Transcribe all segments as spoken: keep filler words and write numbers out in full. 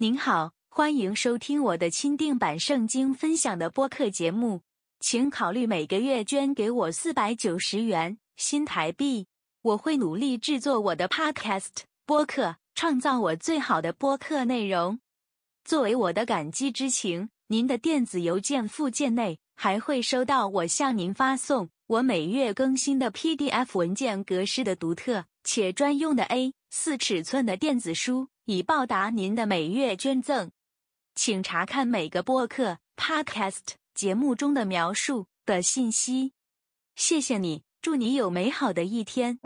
您好，欢迎收听我的钦定版圣经分享的播客节目，请考虑每个月捐给我四百九十元新台币，我会努力制作我的 podcast 播客，创造我最好的播客内容。作为我的感激之情，您的电子邮件附件内还会收到我向您发送我每月更新的 P D F 文件格式的独特且专用的 A 四 尺寸的电子书，以报答您的每月捐赠。请查看每个播客 podcast 节目中的描述的信息。谢谢你，祝你有美好的一天。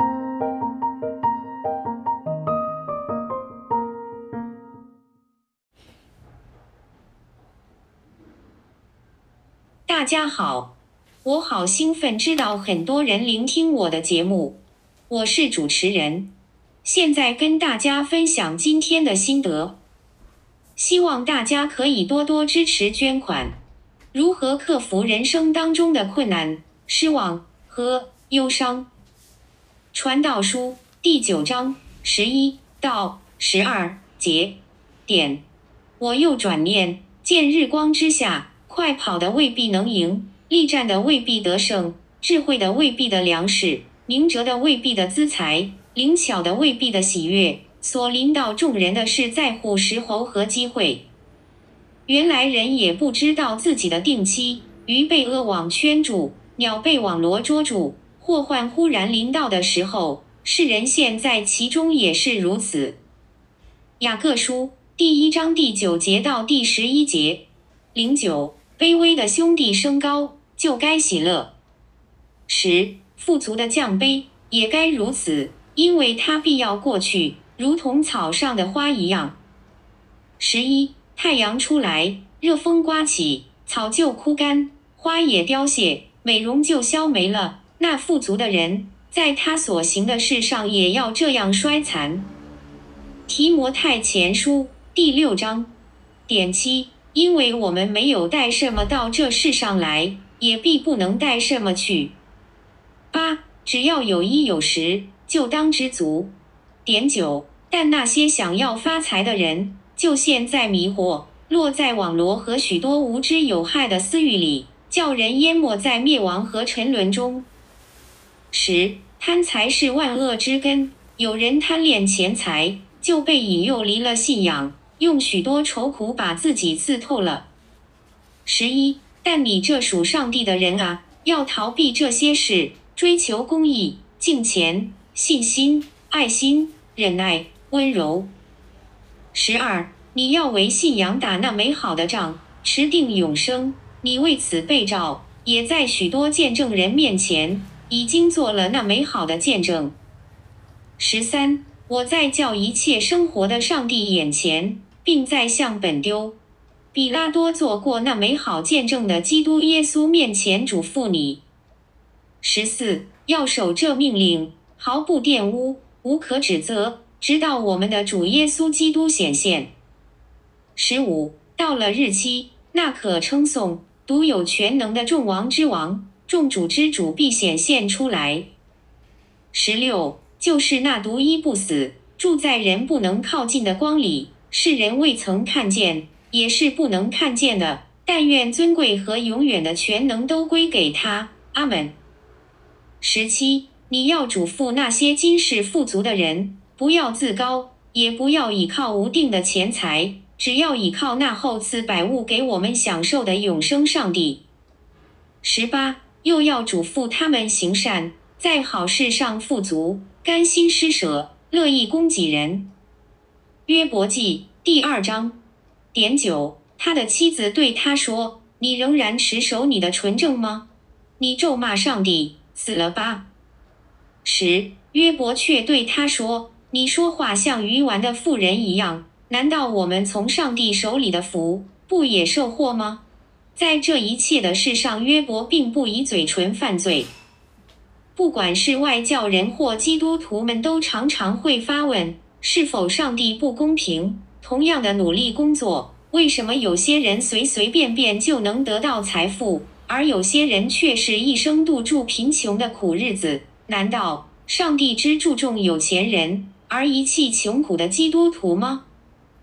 大家好，我好兴奋知道很多人聆听我的节目，我是主持人，现在跟大家分享今天的心得。希望大家可以多多支持捐款。如何克服人生当中的困难、失望和忧伤？传道书第九章十一到十二节。点。我又转念，见日光之下，快跑的未必能赢，力战的未必得胜，智慧的未必的粮食，明哲的未必的资财，灵巧的未必的喜悦，所领导众人的是在乎时候和机会。原来人也不知道自己的定期，鱼被恶网圈住，鸟被网罗捉住，祸患忽然临到的时候，世人陷在其中也是如此。雅各书第一章第九节到第十一节。零九，卑微的兄弟升高，就该喜乐。十，富足的降卑，也该如此，因为它必要过去，如同草上的花一样。十一，太阳出来，热风刮起，草就枯干，花也凋谢，美容就消没了。那富足的人，在他所行的事上也要这样衰残。提摩太前书第六章。点七，因为我们没有带什么到这世上来，也必不能带什么去。八，只要有衣有食，就当知足。点九，但那些想要发财的人，就陷在迷惑，落在网罗和许多无知有害的私欲里，叫人淹没在灭亡和沉沦中。十，贪财是万恶之根，有人贪恋钱财，就被引诱离了信仰，用许多愁苦把自己刺透了。十一，但你这属上帝的人啊，要逃避这些事，追求公义、敬虔、信心、爱心、忍耐、温柔。十二，你要为信仰打那美好的仗，持定永生。你为此被召，也在许多见证人面前，已经做了那美好的见证。十三，我在叫一切生活的上帝眼前，并在向本丢、比拉多做过那美好见证的基督耶稣面前嘱咐你。十四，要守这命令，毫不玷污，无可指责，直到我们的主耶稣基督显现。十五，到了日期，那可称颂、独有全能的众王之王、众主之主必显现出来。十六，就是那独一不死，住在人不能靠近的光里，世人未曾看见，也是不能看见的，但愿尊贵和永远的全能都归给他。阿们。十七，你要嘱咐那些今世富足的人，不要自高，也不要倚靠无定的钱财，只要倚靠那厚赐百物给我们享受的永生上帝。十八，又要嘱咐他们行善，在好事上富足，甘心施舍，乐意供给人。约伯记第二章。点九，他的妻子对他说，你仍然持守你的纯正吗？你咒骂上帝，死了吧。十，约伯却对他说，你说话像愚顽的妇人一样，难道我们从上帝手里的福，不也受祸吗？在这一切的事上，约伯并不以嘴唇犯罪。不管是外教人或基督徒们都常常会发问，是否上帝不公平？同样的努力工作，为什么有些人随随便便就能得到财富，而有些人却是一生度住贫穷的苦日子？难道上帝只注重有钱人，而遗弃穷苦的基督徒吗？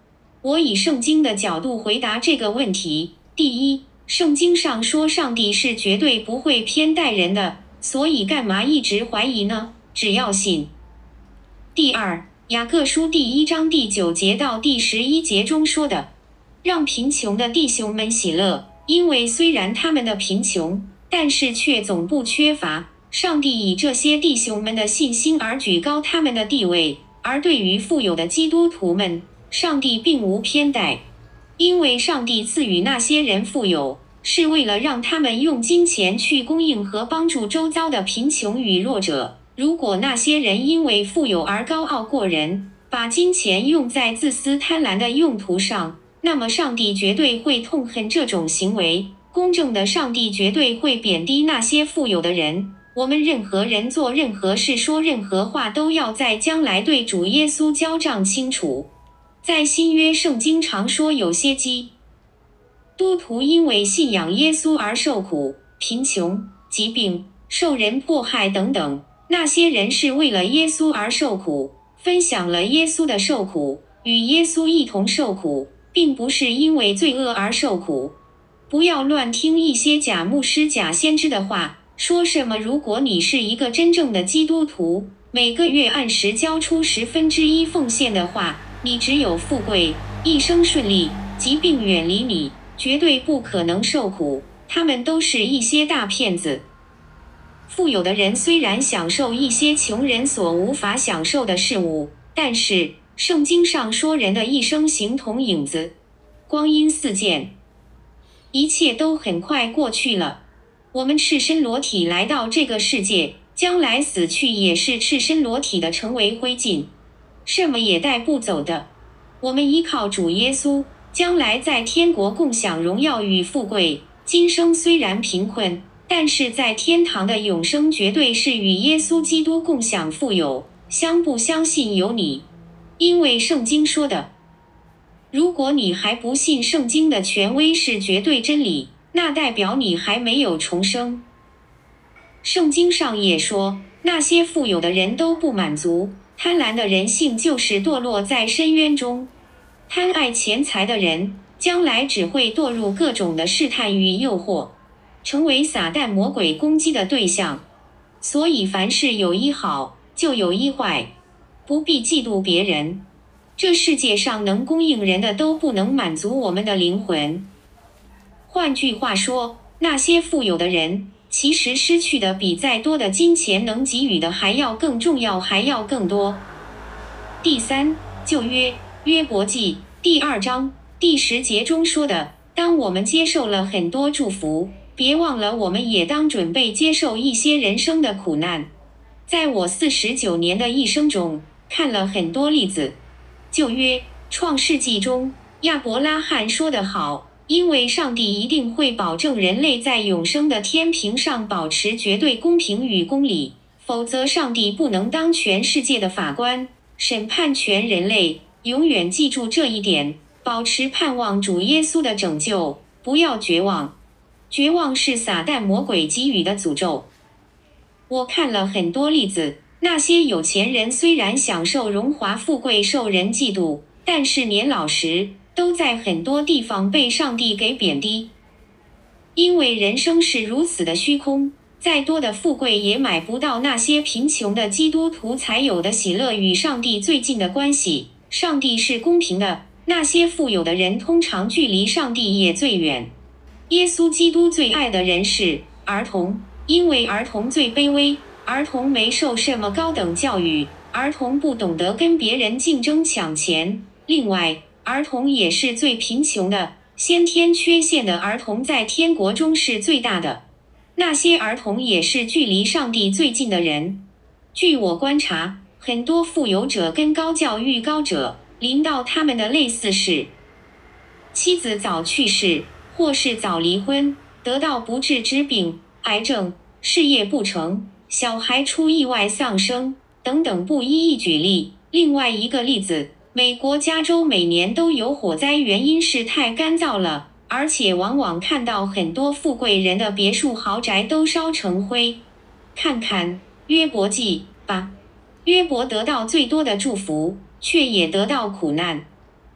我以圣经的角度回答这个问题。第一，圣经上说上帝是绝对不会偏待人的，所以干嘛一直怀疑呢？只要信。第二，雅各书第一章第九节到第十一节中说的，让贫穷的弟兄们喜乐，因为虽然他们的贫穷，但是却总不缺乏。上帝以这些弟兄们的信心而举高他们的地位，而对于富有的基督徒们，上帝并无偏待。因为上帝赐予那些人富有，是为了让他们用金钱去供应和帮助周遭的贫穷与弱者。如果那些人因为富有而高傲过人，把金钱用在自私贪婪的用途上，那么上帝绝对会痛恨这种行为。公正的上帝绝对会贬低那些富有的人。我们任何人做任何事说任何话都要在将来对主耶稣交账清楚。在新约圣经常说有些基督徒因为信仰耶稣而受苦、贫穷、疾病、受人迫害等等，那些人是为了耶稣而受苦，分享了耶稣的受苦，与耶稣一同受苦，并不是因为罪恶而受苦。不要乱听一些假牧师、假先知的话，说什么如果你是一个真正的基督徒，每个月按时交出十分之一奉献的话，你只有富贵，一生顺利，疾病远离你，绝对不可能受苦。他们都是一些大骗子。富有的人虽然享受一些穷人所无法享受的事物，但是圣经上说人的一生形同影子，光阴似箭，一切都很快过去了。我们赤身裸体来到这个世界，将来死去也是赤身裸体的成为灰烬，什么也带不走的。我们依靠主耶稣，将来在天国共享荣耀与富贵。今生虽然贫困，但是在天堂的永生绝对是与耶稣基督共享富有。相不相信由你，因为圣经说的，如果你还不信圣经的权威是绝对真理，那代表你还没有重生。圣经上也说，那些富有的人都不满足，贪婪的人性就是堕落在深渊中。贪爱钱财的人，将来只会堕入各种的试探与诱惑，成为撒旦魔鬼攻击的对象。所以凡事有一好，就有一坏，不必嫉妒别人。这世界上能供应人的都不能满足我们的灵魂。换句话说，那些富有的人，其实失去的比再多的金钱能给予的还要更重要，还要更多。第三，旧约约伯记第二章第十节中说的，当我们接受了很多祝福，别忘了我们也当准备接受一些人生的苦难。在我四十九年的一生中，看了很多例子。旧约创世纪中，亚伯拉罕说得好，因为上帝一定会保证人类在永生的天平上保持绝对公平与公理，否则上帝不能当全世界的法官，审判全人类。永远记住这一点，保持盼望主耶稣的拯救，不要绝望。绝望是撒旦魔鬼给予的诅咒。我看了很多例子，那些有钱人虽然享受荣华富贵，受人嫉妒，但是年老时都在很多地方被上帝给贬低。因为人生是如此的虚空，再多的富贵也买不到那些贫穷的基督徒才有的喜乐与上帝最近的关系。上帝是公平的，那些富有的人通常距离上帝也最远。耶稣基督最爱的人是儿童，因为儿童最卑微，儿童没受什么高等教育，儿童不懂得跟别人竞争抢钱。另外，儿童也是最贫穷的，先天缺陷的儿童在天国中是最大的。那些儿童也是距离上帝最近的人。据我观察，很多富有者跟高教育高者临到他们的类似是，妻子早去世，或是早离婚，得到不治之病、癌症，事业不成，小孩出意外丧生，等等，不一一举例。另外一个例子，美国加州每年都有火灾，原因是太干燥了，而且往往看到很多富贵人的别墅豪宅都烧成灰。看看约伯记吧，约伯得到最多的祝福，却也得到苦难。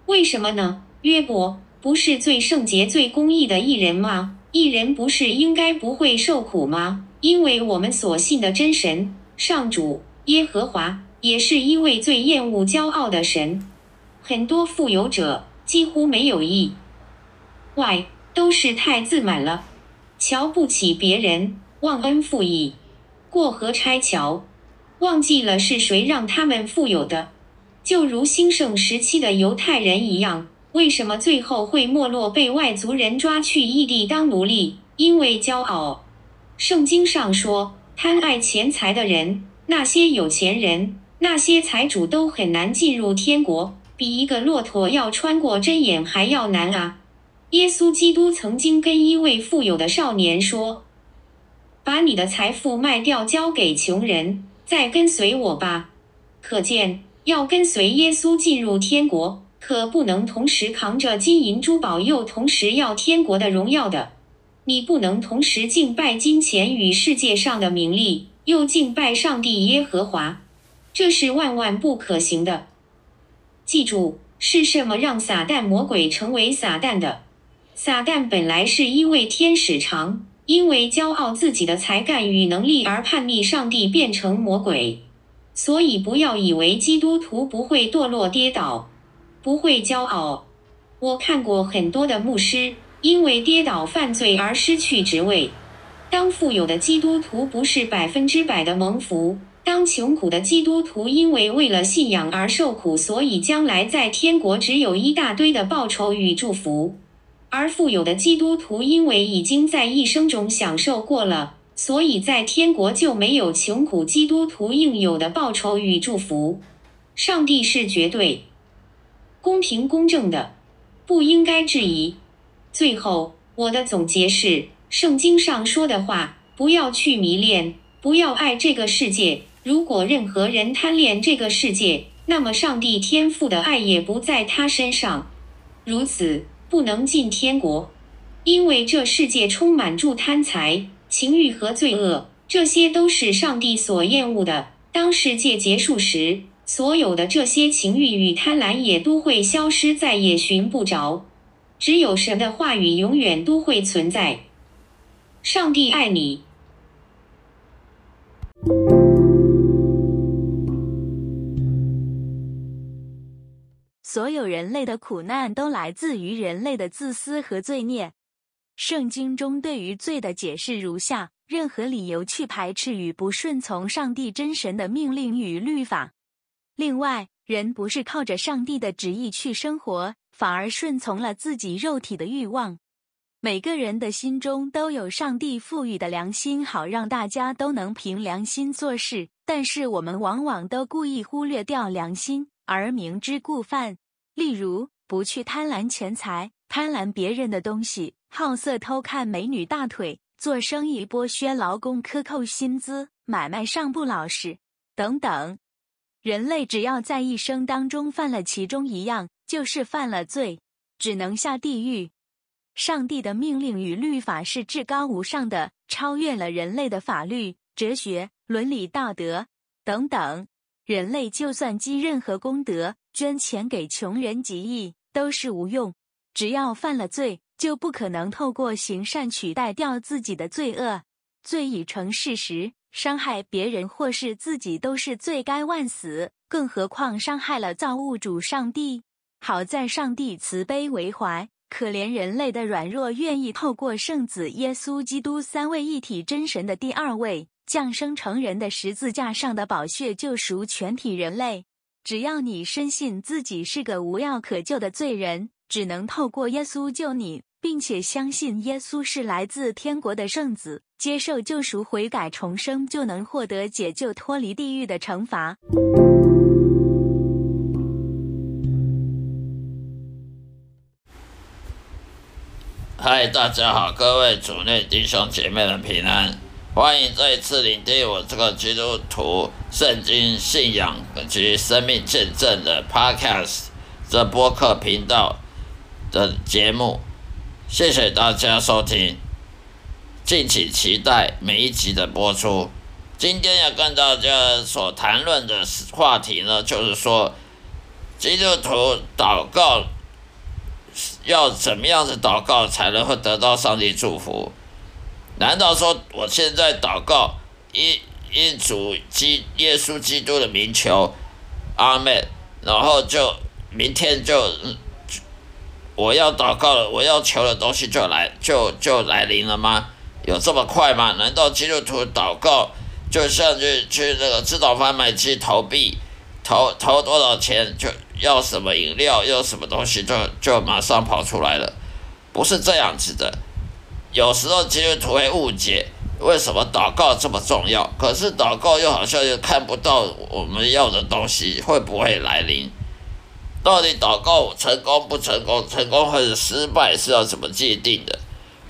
为什么呢？约伯不是最圣洁、最公义的义人吗？义人不是应该不会受苦吗？因为我们所信的真神上主耶和华也是一位最厌恶骄傲的神。很多富有者几乎没有义外，都是太自满了，瞧不起别人，忘恩负义，过河拆桥，忘记了是谁让他们富有的。就如兴盛时期的犹太人一样，为什么最后会没落，被外族人抓去异地当奴隶？因为骄傲。圣经上说，贪爱钱财的人，那些有钱人，那些财主都很难进入天国，比一个骆驼要穿过针眼还要难啊。耶稣基督曾经跟一位富有的少年说，把你的财富卖掉交给穷人，再跟随我吧。可见要跟随耶稣进入天国，可不能同时扛着金银珠宝，又同时要天国的荣耀的。你不能同时敬拜金钱与世界上的名利，又敬拜上帝耶和华，这是万万不可行的。记住，是什么让撒旦魔鬼成为撒旦的？撒旦本来是一位天使长，因为骄傲自己的才干与能力而叛逆上帝，变成魔鬼。所以不要以为基督徒不会堕落跌倒，不会骄傲。我看过很多的牧师因为跌倒犯罪而失去职位。当富有的基督徒不是百分之百的蒙福，当穷苦的基督徒因为为了信仰而受苦，所以将来在天国只有一大堆的报酬与祝福。而富有的基督徒因为已经在一生中享受过了，所以在天国就没有穷苦基督徒应有的报酬与祝福。上帝是绝对公平公正的，不应该质疑。最后，我的总结是，圣经上说的话，不要去迷恋，不要爱这个世界。如果任何人贪恋这个世界，那么上帝天父的爱也不在他身上，如此不能进天国。因为这世界充满住贪财、情欲和罪恶，这些都是上帝所厌恶的。当世界结束时，所有的这些情欲与贪婪也都会消失，再也寻不着。只有神的话语永远都会存在。上帝爱你。 所有人类的苦难都来自于人类的自私和罪孽。圣经中对于罪的解释如下：任何理由去排斥与不顺从上帝真神的命令与律法。另外，人不是靠着上帝的旨意去生活，反而顺从了自己肉体的欲望。每个人的心中都有上帝赋予的良心，好让大家都能凭良心做事，但是我们往往都故意忽略掉良心，而明知故犯。例如，不去贪婪钱财，贪婪别人的东西，好色偷看美女大腿，做生意剥削劳工，克扣薪资，买卖上不老实，等等。人类只要在一生当中犯了其中一样，就是犯了罪，只能下地狱。上帝的命令与律法是至高无上的，超越了人类的法律、哲学、伦理道德等等。人类就算积任何功德，捐钱给穷人极义，都是无用。只要犯了罪，就不可能透过行善取代掉自己的罪恶。罪已成事实，伤害别人或是自己都是罪该万死，更何况伤害了造物主上帝。好在上帝慈悲为怀，可怜人类的软弱，愿意透过圣子耶稣基督三位一体真神的第二位降生成人的十字架上的宝血，救赎全体人类。只要你深信自己是个无药可救的罪人，只能透过耶稣救你，并且相信耶稣是来自天国的圣子，接受救赎悔改重生，就能获得解救，脱离地狱的惩罚。 嗨，大家好，各位主内弟兄姐妹们平安，欢迎再次聆听我这个基督徒圣经信仰及生命见证的 Podcast 这播客频道的节目，谢谢大家收听，敬请期待每一集的播出。今天要跟大家所谈论的话题呢，就是说基督徒祷告要怎么样子祷告才能会得到上帝祝福？难道说我现在祷告因因主基耶稣基督的名求，阿们，然后就明天就我要祷告了，我要求的东西就来就就来临了吗？有这么快吗？难道基督徒祷告就像去去那个自动贩卖机投币，投投多少钱就要什么饮料，要什么东西就就马上跑出来了？不是这样子的。有时候基督徒会误解为什么祷告这么重要，可是祷告又好像又看不到我们要的东西会不会来临。到底祷告成功不成功，成功或者失败是要怎么界定的？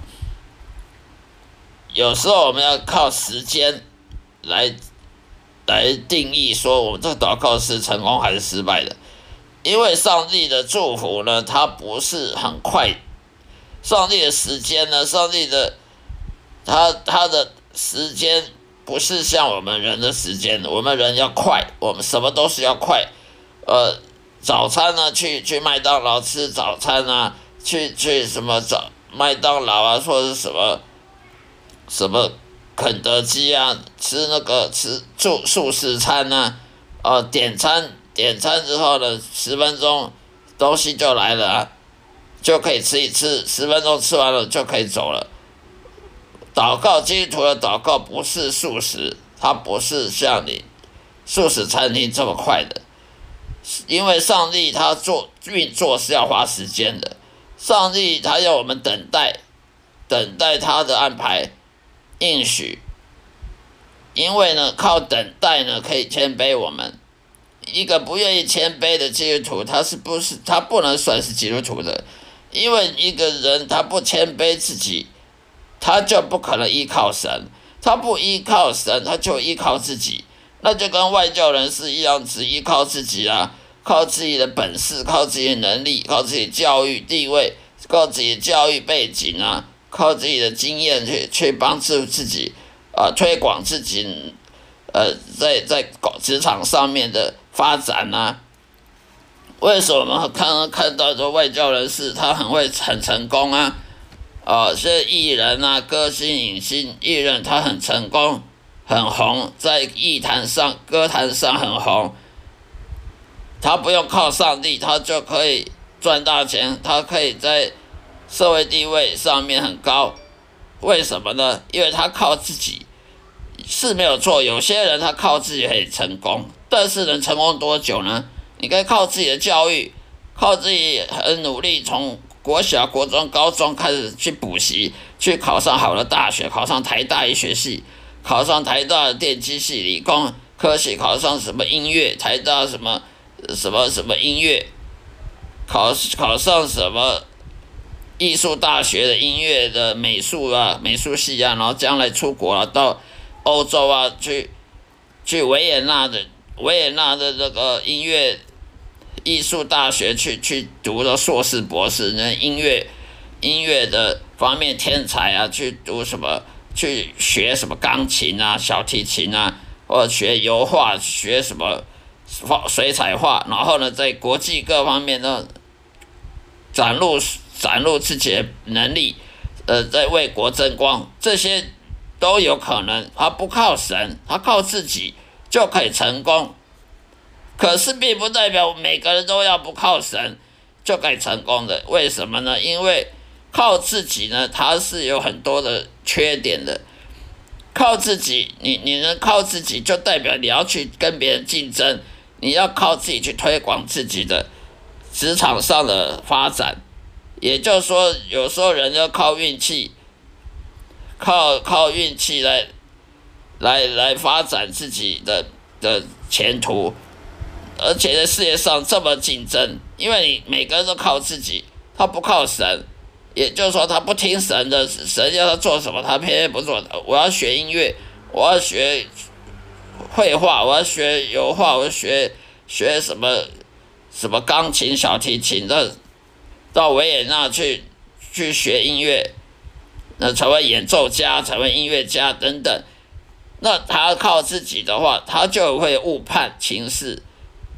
有时候我们要靠时间来来定义说我们这个祷告是成功还是失败的。因为上帝的祝福呢，它不是很快，上帝的时间呢，上帝的他他的时间不是像我们人的时间，我们人要快，我们什么都是要快。呃，早餐呢，去去麦当劳吃早餐啊，去去什么早麦当劳啊，或者是什么什么肯德基啊，吃那个吃素素食餐啊，呃，点餐点餐之后呢，十分钟东西就来了啊，就可以吃一次，十分钟吃完了就可以走了。祷告，基督徒的祷告不是素食，它不是像你素食餐厅这么快的，因为上帝他做运作是要花时间的，上帝他要我们等待，等待他的安排应许，因为呢，靠等待呢可以谦卑我们。一个不愿意谦卑的基督徒，他是不是他不能算是基督徒的？因为一个人他不谦卑自己，他就不可能依靠神，他不依靠神，他就依靠自己，那就跟外教人士一样，只依靠自己啊，靠自己的本事，靠自己的能力，靠自己的教育地位，靠自己的教育背景啊，靠自己的经验去去帮助自己啊、呃，推广自己呃，在在职场上面的发展啊。为什么我们看看到这外教人士他很会很成功啊？哦，这艺人啊，歌星、影星、艺人，他很成功，很红，在艺坛上、歌坛上很红。他不用靠上帝，他就可以赚大钱，他可以在社会地位上面很高。为什么呢？因为他靠自己是没有错。有些人他靠自己可以成功，但是能成功多久呢？你可以靠自己的教育，靠自己很努力，从国小、国中、高中开始去补习，去考上好的大学，考上台大医学系，考上台大的电机系、理工科系，考上什么音乐，台大什么什么什么音乐，考考上什么艺术大学的音乐的美术啊、美术系啊，然后将来出国了、啊，到欧洲啊，去去维也纳的维也纳的那个音乐艺术大学去去读了硕士博士，那音乐音乐的方面天才啊，去读什么去学什么钢琴啊、小提琴啊，或者学油画，学什么水彩画，然后呢，在国际各方面呢展露展露自己的能力，呃，在为国争光，这些都有可能。他不靠神，他靠自己就可以成功。可是并不代表每个人都要不靠神就可以成功的。为什么呢？因为靠自己呢，它是有很多的缺点的。靠自己，你你能靠自己，就代表你要去跟别人竞争，你要靠自己去推广自己的职场上的发展。也就是说，有时候人要靠运气，靠靠运气来来来发展自己的的前途。而且在世界上这么竞争，因为你每个人都靠自己，他不靠神，也就是说他不听神的，神要他做什么他偏偏不做。我要学音乐，我要学绘画，我要学油画，我要学学什么什么钢琴、小提琴，到到维也纳去去学音乐，那成为演奏家，成为音乐家等等。那他靠自己的话，他就会误判情势。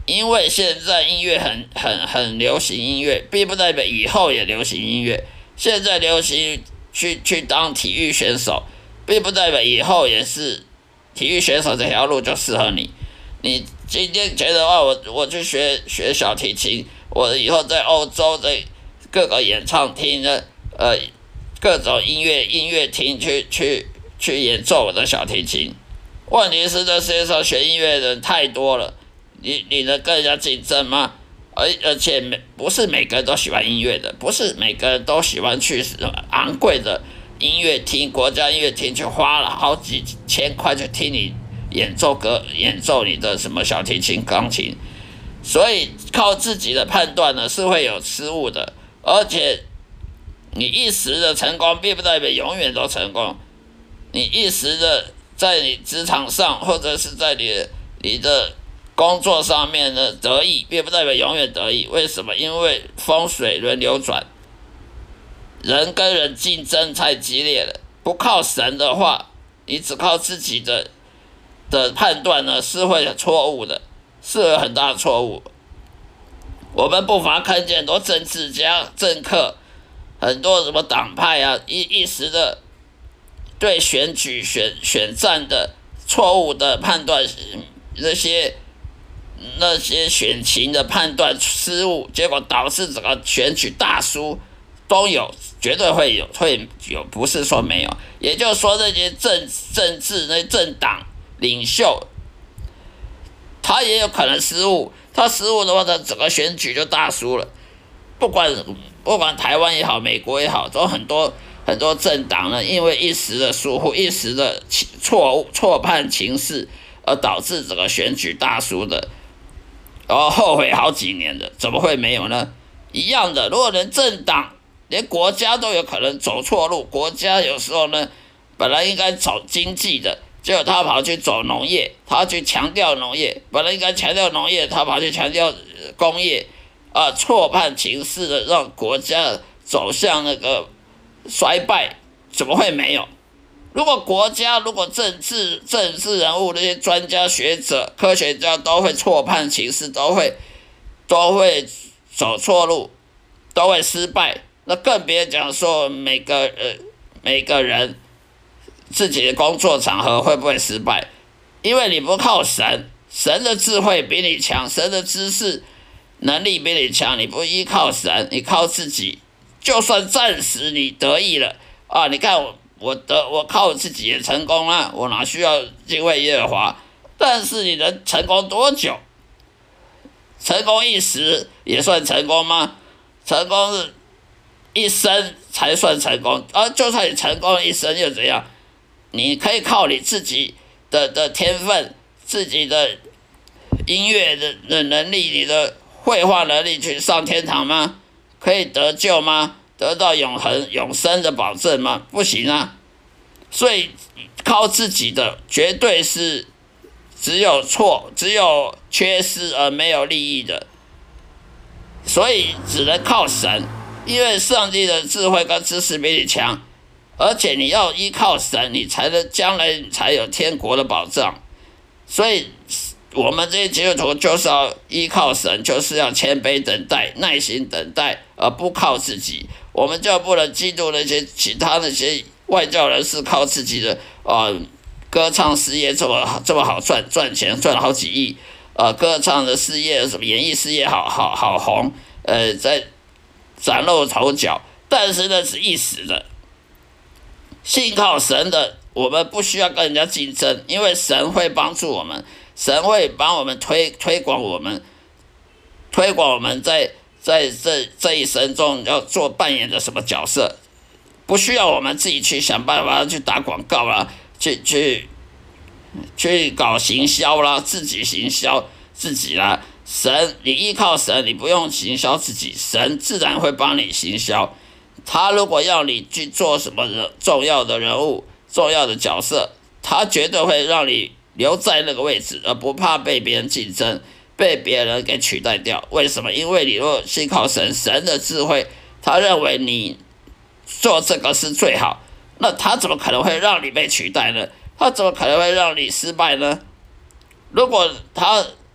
因为现在音乐很很很流行音乐，并不代表以后也流行音乐。现在流行去去当体育选手，并不代表以后也是体育选手这条路就适合你。你今天觉得哦，我我去学学小提琴，我以后在欧洲在各个演唱厅的呃各种音乐音乐厅去去去演奏我的小提琴。问题是这世界上学音乐的人太多了，你你能跟人家竞争吗？而而且每不是每个人都喜欢音乐的，不是每个人都喜欢去昂贵的音乐厅、国家音乐厅去花了好几千块去听你演奏歌、演奏你的什么小提琴、钢琴。所以靠自己的判断呢是会有失误的，而且你一时的成功并不代表永远都成功。你一时的在你职场上或者是在你的你的工作上面的得意，并不代表永远得意。为什么？因为风水轮流转，人跟人竞争太激烈了。不靠神的话，你只靠自己的的判断呢，是会有错误的，是有很大的错误。我们不乏看见很多政治家、政客，很多什么党派啊，一一时的对选举、选选战的错误的判断，那些。那些选情的判断失误，结果导致整个选举大输，都有，绝对会有，会有，不是说没有。也就是说，那些政政治、那些政党领袖，他也有可能失误。他失误的话，他整个选举就大输了。不管不管台湾也好，美国也好，都很多很多政党呢，因为一时的疏忽、一时的错误、错判情势，而导致整个选举大输的。然后后悔好几年的，怎么会没有呢？一样的，如果连政党、连国家都有可能走错路，国家有时候呢，本来应该走经济的，结果他跑去走农业，他去强调农业，本来应该强调农业，他跑去强调工业，啊、呃，错判情势的，让国家走向那个衰败，怎么会没有？如果国家、如果政治、政治人物那些专家学者、科学家都会错判情势，都会都会走错路，都会失败，那更别讲说每个呃每个人自己的工作场合会不会失败？因为你不靠神，神的智慧比你强，神的知识能力比你强，你不依靠神，你靠自己，就算暂时你得意了啊，你看我。我的我靠我自己也成功了，我哪需要敬畏耶和华？但是你能成功多久？成功一时也算成功吗？成功是一生才算成功，而、啊、就算你成功一生又怎样？你可以靠你自己的的天分、自己的音乐的的能力、你的绘画能力去上天堂吗？可以得救吗？得到永恒永生的保证吗？不行啊！所以靠自己的绝对是只有错，只有缺失而没有利益的。所以只能靠神，因为上帝的智慧跟知识比你强，而且你要依靠神，你才能将来才有天国的保障。所以我们这些基督徒就是要依靠神，就是要谦卑等待、耐心等待，而不靠自己。我们就不能嫉妒那些其他那些外教人士靠自己的呃歌唱事业这么这么好赚赚钱，赚了好几亿，呃歌唱的事业什么演艺事业好好好红，呃在崭露头角，但是那是一时的。信靠神的，我们不需要跟人家竞争，因为神会帮助我们，神会帮我们推推广我们，推广我们在。在这这一生中要做扮演的什么角色，不需要我们自己去想办法去打广告啦，去去去搞行销啦，自己行销自己啦。神，你依靠神，你不用行销自己，神自然会帮你行销。他如果要你去做什么人重要的人物、重要的角色，他绝对会让你留在那个位置，而不怕被别人竞争。被别人给取代掉，为什么？因为你若信靠神，神的智慧，他认为你做这个是最好，那他怎么可能会让你被取代呢？他怎么可能会让你失败呢？如果他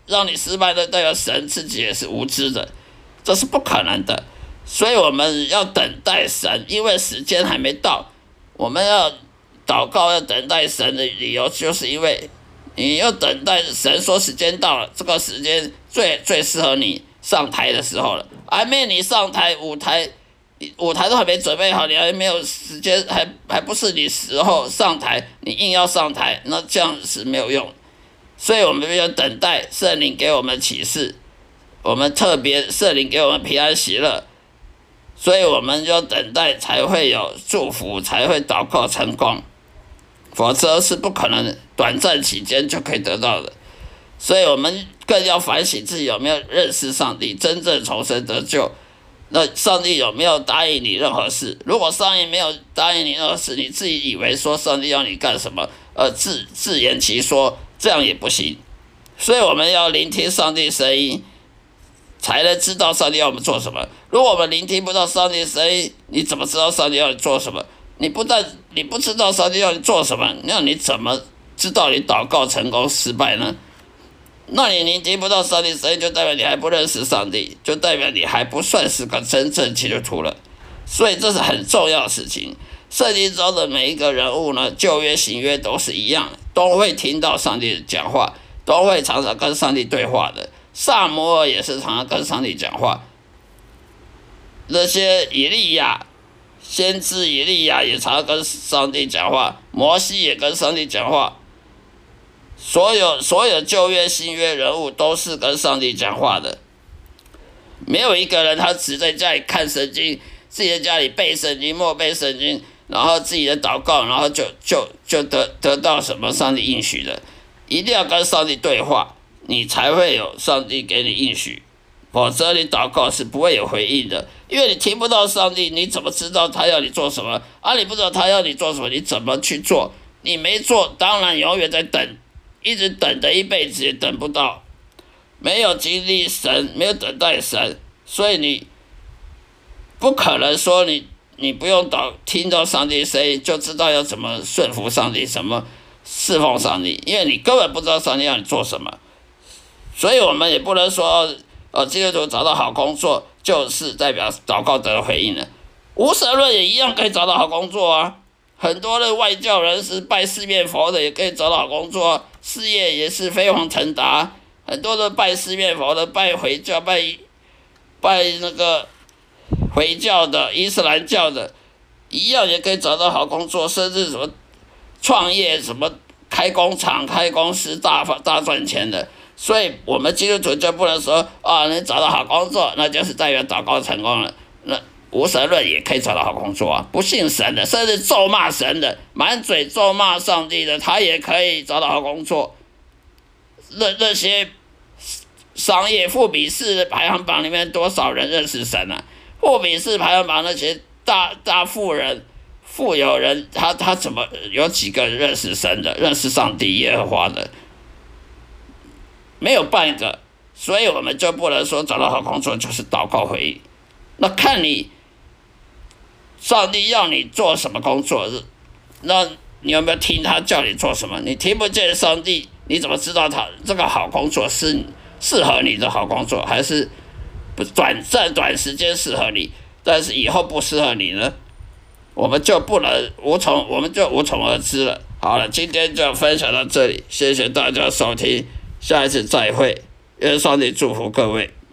让你失败的代表神自己也是无知的，这是不可能的。所以我们要等待神，因为时间还没到。我们要祷告，要等待神的理由，就是因为你要等待神说时间到了，这个时间最最适合你上台的时候了。还没你上台，舞台舞台都还没准备好，你还没有时间，还还不是你时候上台，你硬要上台，那这样是没有用。所以我们要等待圣灵给我们启示，我们特别圣灵给我们平安喜乐，所以我们要等待才会有祝福，才会祷告成功，否则是不可能短暂期间就可以得到的。所以我们更要反省自己有没有认识上帝，真正重生得救。那上帝有没有答应你任何事？如果上帝没有答应你任何事，你自己以为说上帝要你干什么，呃，自自圆其说，这样也不行。所以我们要聆听上帝声音，才能知道上帝要我们做什么。如果我们聆听不到上帝声音，你怎么知道上帝要你做什么？你不但你不知道上帝要你做什么，那你怎么知道你祷告成功失败呢？那你聆听不到上帝声音，就代表你还不认识上帝，就代表你还不算是个真正基督徒了。所以这是很重要的事情。圣经中的每一个人物呢，旧约新约都是一样的，都会听到上帝讲话，都会常常跟上帝对话的。撒母耳也是常常跟上帝讲话，那些以利亚先知以利亚也常常跟上帝讲话，摩西也跟上帝讲话。所有所有旧约新约人物都是跟上帝讲话的，没有一个人他只在家里看圣经，自己在家里背圣经默背圣经，然后自己的祷告，然后就就就得得到什么上帝应许的。一定要跟上帝对话，你才会有上帝给你应许，否则你祷告是不会有回应的。因为你听不到上帝，你怎么知道他要你做什么啊？你不知道他要你做什么，你怎么去做？你没做，当然永远在等，一直等的一辈子也等不到，没有经历神，没有等待神，所以你不可能说你你不用祷听到上帝声音就知道要怎么顺服上帝，怎么侍奉上帝，因为你根本不知道上帝要你做什么。所以我们也不能说哦，哦基督徒找到好工作就是代表祷告得回应了，无神论也一样可以找到好工作啊。很多的外教人士拜四面佛的也可以找到好工作啊，事业也是飞黄腾达。很多的拜四面佛的、拜回教、拜拜那个回教的、伊斯兰教的，一样也可以找到好工作，甚至什么创业、什么开工厂、开公司大大赚钱的。所以我们基督徒就不能说啊，你找到好工作，那就是代表祷告成功了。那无神论也可以找到好工作啊，不信神的，甚至咒骂神的，满嘴咒骂上帝的，他也可以找到好工作。那那些商业富比士排行榜里面多少人认识神啊？富比士排行榜那些大大富人、富有人，他他怎么有几个认识神的、认识上帝耶和华的？没有半个。所以我们就不能说找到好工作就是祷告回应。那看你上帝要你做什么工作，那你有没有听他叫你做什么？你听不见上帝，你怎么知道他这个好工作是适合你的好工作，还是不短暂短时间适合你，但是以后不适合你呢？我们就不能无从，我们就无从而知了。好了，今天就分享到这里，谢谢大家收听，下一次再会，愿上帝祝福各位。